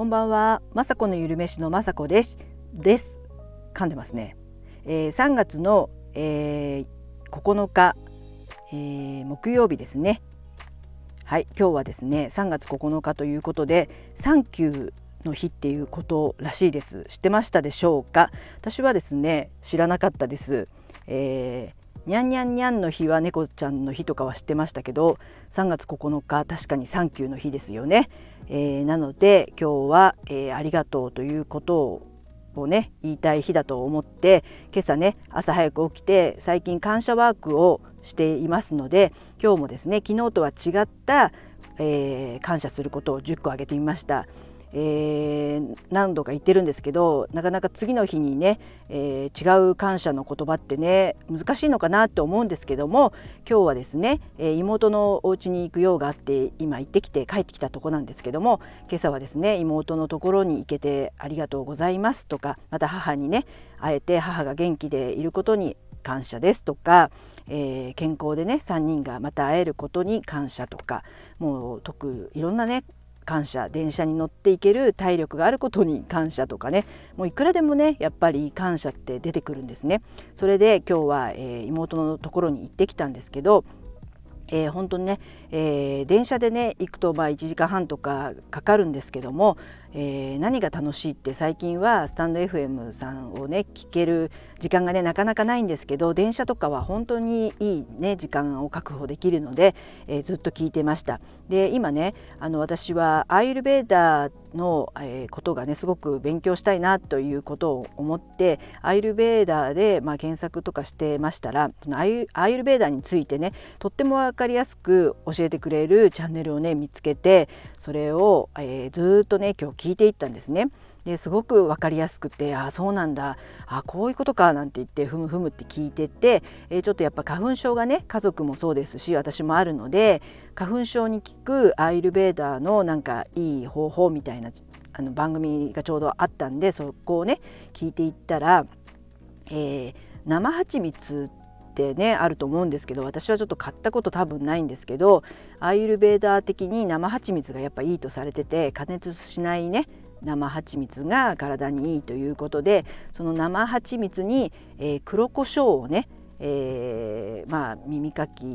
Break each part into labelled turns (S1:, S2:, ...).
S1: んばんは。まさこのゆるめしのまさこです。噛んでますね。3月の、9日、木曜日ですね。はい、今日はですね3月9日ということでサンキューの日っていうことらしいです。知ってましたでしょうか？私はですね知らなかったです。にゃんにゃんにゃんの日は猫ちゃんの日とかは知ってましたけど、3月9日確かにサンキューの日ですよね。なので今日は、ありがとうということをね言いたい日だと思って、今朝ね朝早く起きて最近感謝ワークをしていますので、今日もですね昨日とは違った、感謝することを10個挙げてみました。何度か言ってるんですけど、なかなか次の日にね、違う感謝の言葉ってね難しいのかなと思うんですけども、今日はですね、妹のお家に行く用があって今行ってきて帰ってきたとこなんですけども、今朝はですね妹のところに行けてありがとうございますとか、また母にね会えて母が元気でいることに感謝ですとか、健康でね3人がまた会えることに感謝とか、もういろんなね感謝、電車に乗っていける体力があることに感謝とかね、もういくらでもねやっぱり感謝って出てくるんですね。それで今日は、妹のところに行ってきたんですけど、本当にね、電車でね行くと1時間半とかかかるんですけども、何が楽しいって最近はスタンド FM さんをね聞ける時間がねなかなかないんですけど、電車とかは本当にいいね時間を確保できるので、ずっと聞いてました。で今ね私はアーユルヴェーダの、ことがねすごく勉強したいなということを思って、アーユルヴェーダで、検索とかしてましたら、そのアーユルヴェーダについてねとっても分かりやすく教えてくれるチャンネルをね見つけて、それを、ずっとね今日聞いていったんですね。ですごく分かりやすくて、そうなんだ、こういうことかなんて言ってふむふむって聞いてて、ちょっとやっぱ花粉症がね家族もそうですし私もあるので、花粉症に効くアーユルヴェーダのなんかいい方法みたいな番組がちょうどあったんで、そこをね聞いていったら、生蜂蜜ってねあると思うんですけど、私はちょっと買ったこと多分ないんですけど、アーユルヴェーダ的に生蜂蜜がやっぱいいとされてて、加熱しないね生蜂蜜が体にいいということで、その生蜂蜜に、黒胡椒をね、耳かき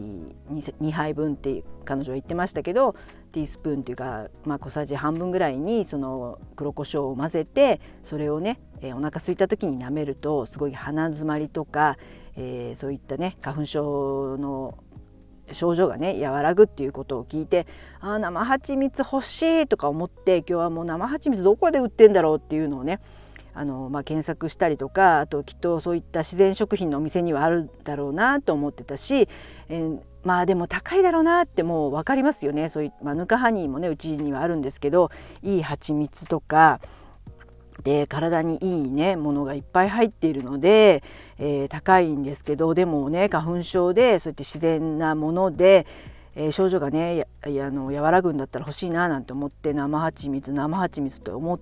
S1: 2杯分って彼女は言ってましたけど、ティースプーンっていうか、小さじ半分ぐらいにその黒胡椒を混ぜて、それをね、お腹空いた時に舐めるとすごい鼻づまりとか、そういったね花粉症の症状がね和らぐっていうことを聞いて、生蜂蜜欲しいとか思って、今日はもう生蜂蜜どこで売ってんだろうっていうのをね検索したりとか、あときっとそういった自然食品のお店にはあるだろうなと思ってたし、でも高いだろうなってもう分かりますよね。そういう、ヌカハニーもねうちにはあるんですけど、いい蜂蜜とかで体にいいねものがいっぱい入っているので、高いんですけど、でもね花粉症でそうやって自然なもので、症状がね和らぐんだったら欲しいななんて思って、生蜂蜜と思って、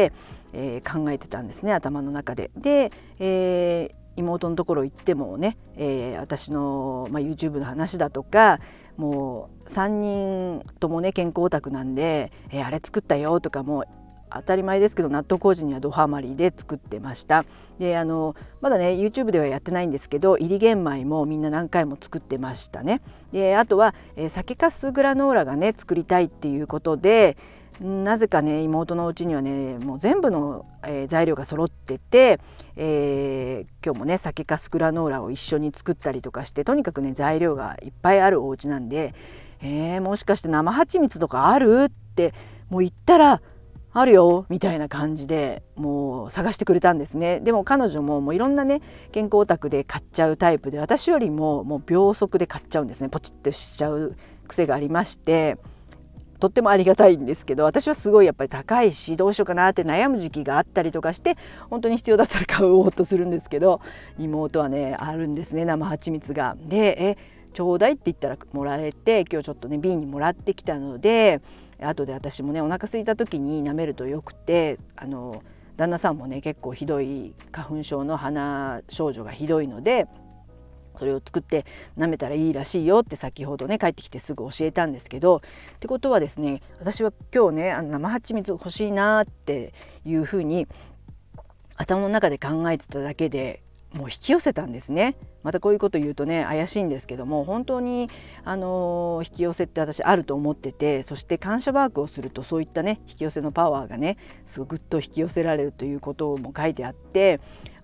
S1: 考えてたんですね頭の中で。で、妹のところ行ってもね、私の、YouTube の話だとか、もう3人ともね健康オタクなんで、あれ作ったよとかも当たり前ですけど納豆麹にはドハマりで作ってました。でまだね YouTube ではやってないんですけど、入り玄米もみんな何回も作ってましたね。であとは、酒粕グラノーラがね作りたいっていうことで、なぜかね妹のお家にはねもう全部の、材料が揃ってて、今日もね酒粕グラノーラを一緒に作ったりとかして、とにかくね材料がいっぱいあるお家なんで、もしかして生蜂蜜とかあるってもう言ったらあるよみたいな感じでもう探してくれたんですね。でも彼女もいろんなね健康オタクで買っちゃうタイプで、私よりももう秒速で買っちゃうんですね。ポチッとしちゃう癖がありまして、とってもありがたいんですけど、私はすごいやっぱり高いしどうしようかなって悩む時期があったりとかして、本当に必要だったら買おうとするんですけど、妹はねあるんですね生蜂蜜が。でちょうだいって言ったらもらえて、今日ちょっとね瓶にもらってきたので、後で私もねお腹空いた時に舐めるとよくて、旦那さんもね結構ひどい花粉症の鼻症状がひどいので、 それを作って舐めたらいいらしいよって先ほどね帰ってきてすぐ教えたんですけど、ってことはですね、私は今日ね生蜂蜜欲しいなっていうふうに頭の中で考えてただけでもう引き寄せたんですね。またこういうこと言うとね怪しいんですけども、本当に引き寄せって私あると思ってて、そして感謝ワークをするとそういったね引き寄せのパワーがねすごくぐっと引き寄せられるということも書いてあって、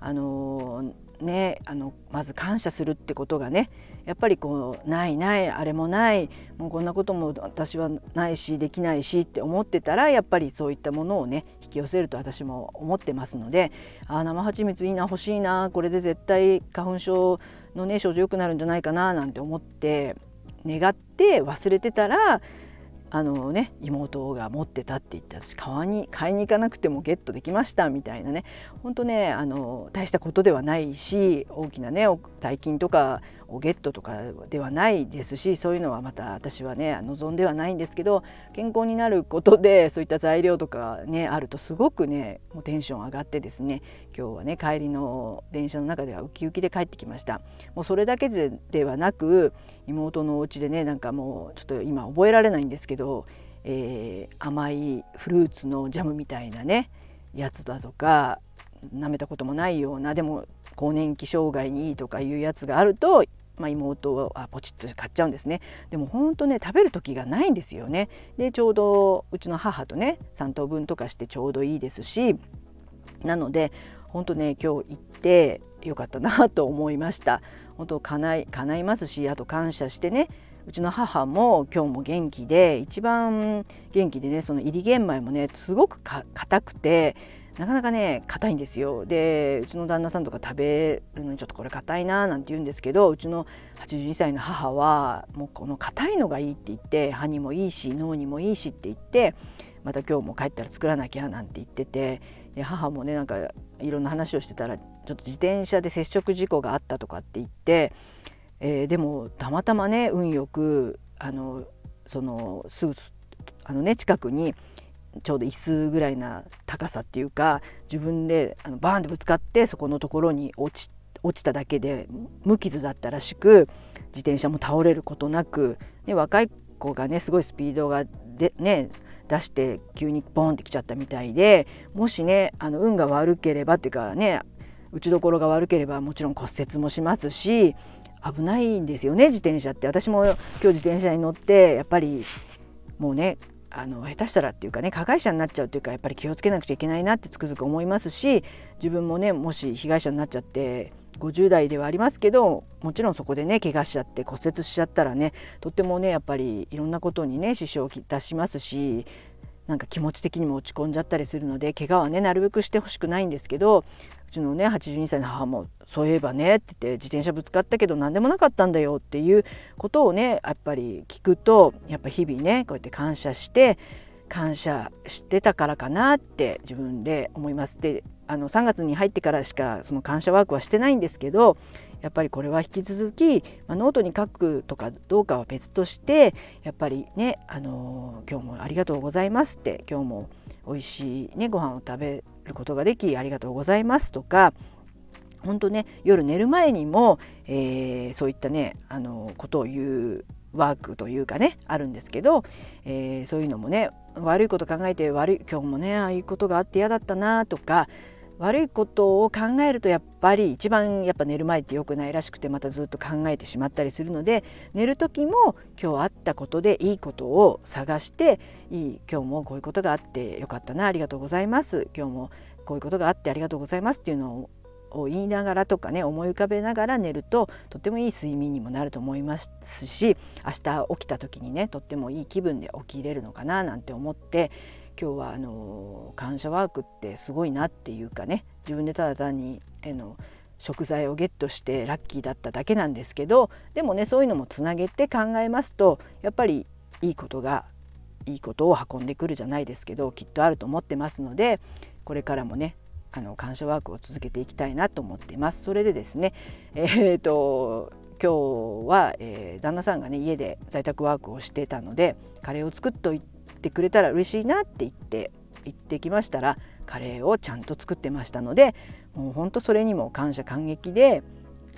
S1: まず感謝するってことがねやっぱりこうないあれもない、もうこんなことも私はないしできないしって思ってたら、やっぱりそういったものをね引き寄せると私も思ってますので、生蜂蜜いいな、欲しいな、これで絶対花粉症のね症状良くなるんじゃないかななんて思って願って忘れてたら、妹が持ってたって言って、私買いに行かなくてもゲットできましたみたいなね、本当ね大したことではないし、大きなね大金とかをゲットとかではないですし、そういうのはまた私はね望んではないんですけど、健康になることでそういった材料とかねあるとすごくねもうテンション上がってですね、今日はね帰りの電車の中ではウキウキで帰ってきました。もうそれだけではなく、妹のお家でねなんかもうちょっと今覚えられないんですけど、甘いフルーツのジャムみたいなねやつだとか、舐めたこともないようなでも更年期障害にいいとかいうやつがあると、妹はポチッと買っちゃうんですね。でも本当ね食べる時がないんですよね。でちょうどうちの母とね3等分とかしてちょうどいいですし、なので本当ね今日行ってよかったなと思いました。本当叶いますし、あと感謝してね、うちの母も今日も元気で、一番元気でね、その入り玄米もねすごく硬くてなかなかね硬いんですよ。でうちの旦那さんとか食べるのにちょっとこれ硬いななんて言うんですけど、うちの82歳の母はもうこの硬いのがいいって言って、歯にもいいし脳にもいいしって言って、また今日も帰ったら作らなきゃなんて言ってて、で母もねなんかいろんな話をしてたら、ちょっと自転車で接触事故があったとかって言って、でもたまたまね運よくそのすぐ近くにちょうど椅子ぐらいな高さっていうか、自分でバーンってぶつかってそこのところに落ちただけで無傷だったらしく、自転車も倒れることなく、で若い子がねすごいスピードが出して急にボーンってきちゃったみたいで、もしね運が悪ければっていうかね、打ちどころが悪ければもちろん骨折もしますし、危ないんですよね自転車って。私も今日自転車に乗ってやっぱりもうね下手したらっていうかね加害者になっちゃうっていうか、やっぱり気をつけなくちゃいけないなってつくづく思いますし、自分もねもし被害者になっちゃって50代ではありますけど、もちろんそこでね怪我しちゃって骨折しちゃったらね、とってもねやっぱりいろんなことにね支障をきたしますし、なんか気持ち的にも落ち込んじゃったりするので、怪我はねなるべくしてほしくないんですけど、うちのね82歳の母もそういえばねって言って、自転車ぶつかったけど何でもなかったんだよっていうことをねやっぱり聞くと、やっぱ日々ねこうやって感謝してたからかなって自分で思います。で3月に入ってからしかその感謝ワークはしてないんですけど、やっぱりこれは引き続き、ノートに書くとかどうかは別として、やっぱりね、今日もありがとうございますって、今日も美味しい、ね、ご飯を食べることができありがとうございますとか、本当ね夜寝る前にも、そういったねことを言うワークというかねあるんですけど、そういうのもね、悪いこと考えて今日もねああいうことがあって嫌だったなとか、悪いことを考えるとやっぱり一番寝る前って良くないらしくて、またずっと考えてしまったりするので、寝る時も今日あったことでいいことを探して、今日もこういうことがあってよかったな、ありがとうございます、今日もこういうことがあってありがとうございますっていうのを言いながらとかね、思い浮かべながら寝るととってもいい睡眠にもなると思いますし、明日起きた時にねとってもいい気分で起きれるのかななんて思って、今日は感謝ワークってすごいなっていうかね、自分でただ単に食材をゲットしてラッキーだっただけなんですけど、でもねそういうのもつなげて考えますと、やっぱりいいことを運んでくるじゃないですけど、きっとあると思ってますので、これからもね感謝ワークを続けていきたいなと思っています。それでですね、今日は、旦那さんがね家で在宅ワークをしてたので、カレーを作っといてくれたら嬉しいなって言ってきましたら、カレーをちゃんと作ってましたので、もう本当それにも感謝感激で、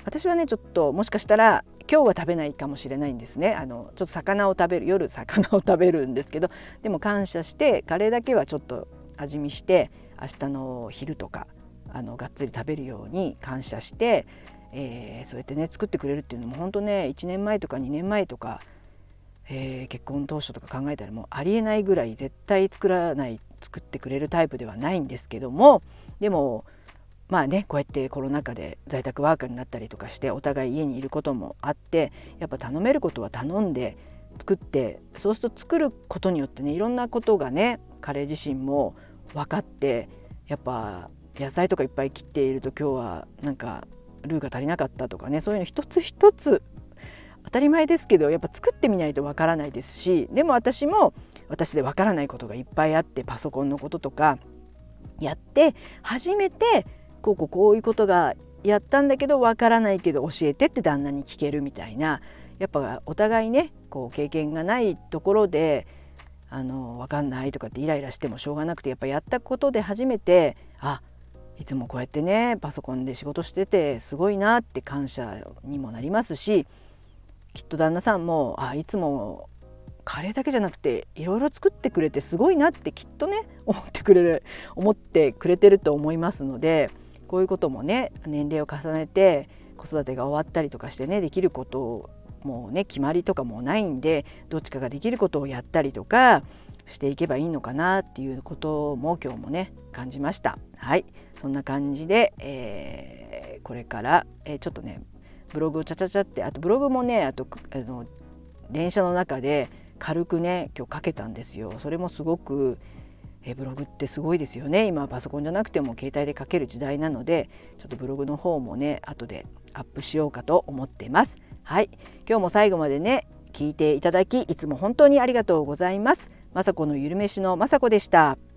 S1: 私はねちょっともしかしたら今日は食べないかもしれないんですね。ちょっと魚を食べる、夜魚を食べるんですけど、でも感謝してカレーだけはちょっと味見して明日の昼とかがっつり食べるように感謝して、そうやってね作ってくれるっていうのも本当ね1年前とか2年前とか、結婚当初とか考えたらもうありえないぐらい絶対作ってくれるタイプではないんですけども、でもまあねこうやってコロナ禍で在宅ワークになったりとかしてお互い家にいることもあって、やっぱ頼めることは頼んで作って、そうすると作ることによってねいろんなことがね彼自身も分かって、やっぱ野菜とかいっぱい切っていると今日はなんかルーが足りなかったとかね、そういうの一つ一つ当たり前ですけどやっぱ作ってみないとわからないですし、でも私も私でわからないことがいっぱいあって、パソコンのこととかやって初めてこういうことがやったんだけどわからないけど教えてって旦那に聞けるみたいな、やっぱお互いね経験がないところでわかんないとかってイライラしてもしょうがなくて、やっぱやったことで初めていつもこうやってねパソコンで仕事しててすごいなって感謝にもなりますし、きっと旦那さんもいつもカレーだけじゃなくていろいろ作ってくれてすごいなってきっとね思ってくれてると思いますので、こういうこともね年齢を重ねて子育てが終わったりとかしてねできることもね決まりとかもないんで、どっちかができることをやったりとかしていけばいいのかなっていうことも今日もね感じました。はい、そんな感じで、これから、ちょっとねブログをチャチャチャって、あとブログもね電車の中で軽くね今日書けたんですよ。それもすごくブログってすごいですよね。今はパソコンじゃなくても携帯で書ける時代なので、ちょっとブログの方もね後でアップしようかと思っています。はい、今日も最後までね聞いていただきいつも本当にありがとうございます。まさこのゆるめしのまさこでした。